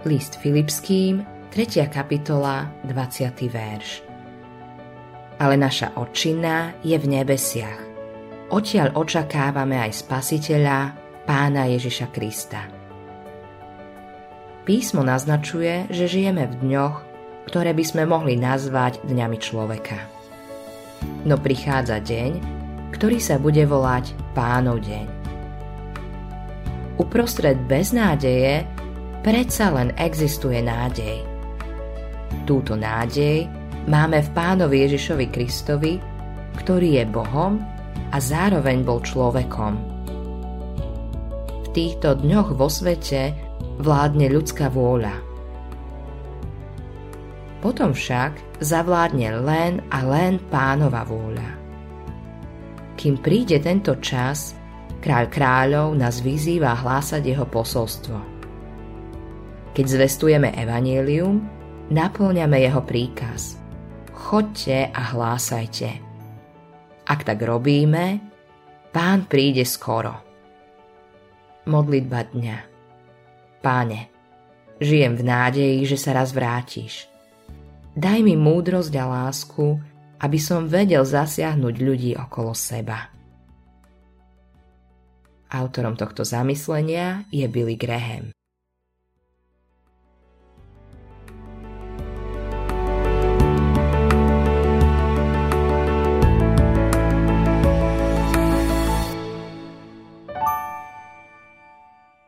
List Filipským, 3. kapitola, 20. verš. Ale naša otčina je v nebesiach. Odtiaľ očakávame aj Spasiteľa, Pána Ježiša Krista. Písmo naznačuje, že žijeme v dňoch, ktoré by sme mohli nazvať dňami človeka. No prichádza deň, ktorý sa bude volať Pánov deň. Uprostred beznádeje predsa len existuje nádej. Túto nádej máme v Pánovi Ježišovi Kristovi, ktorý je Bohom a zároveň bol človekom. V týchto dňoch vo svete vládne ľudská vôľa. Potom však zavládne len a len Pánova vôľa. Kým príde tento čas, Kráľ kráľov nás vyzýva hlásať jeho posolstvo. Keď zvestujeme evanjelium, napĺňame jeho príkaz. Choďte a hlásajte. Ak tak robíme, Pán príde skoro. Modlitba dňa. Páne, žijem v nádeji, že sa raz vrátiš. Daj mi múdrosť a lásku, aby som vedel zasiahnuť ľudí okolo seba. Autorom tohto zamyslenia je Billy Graham.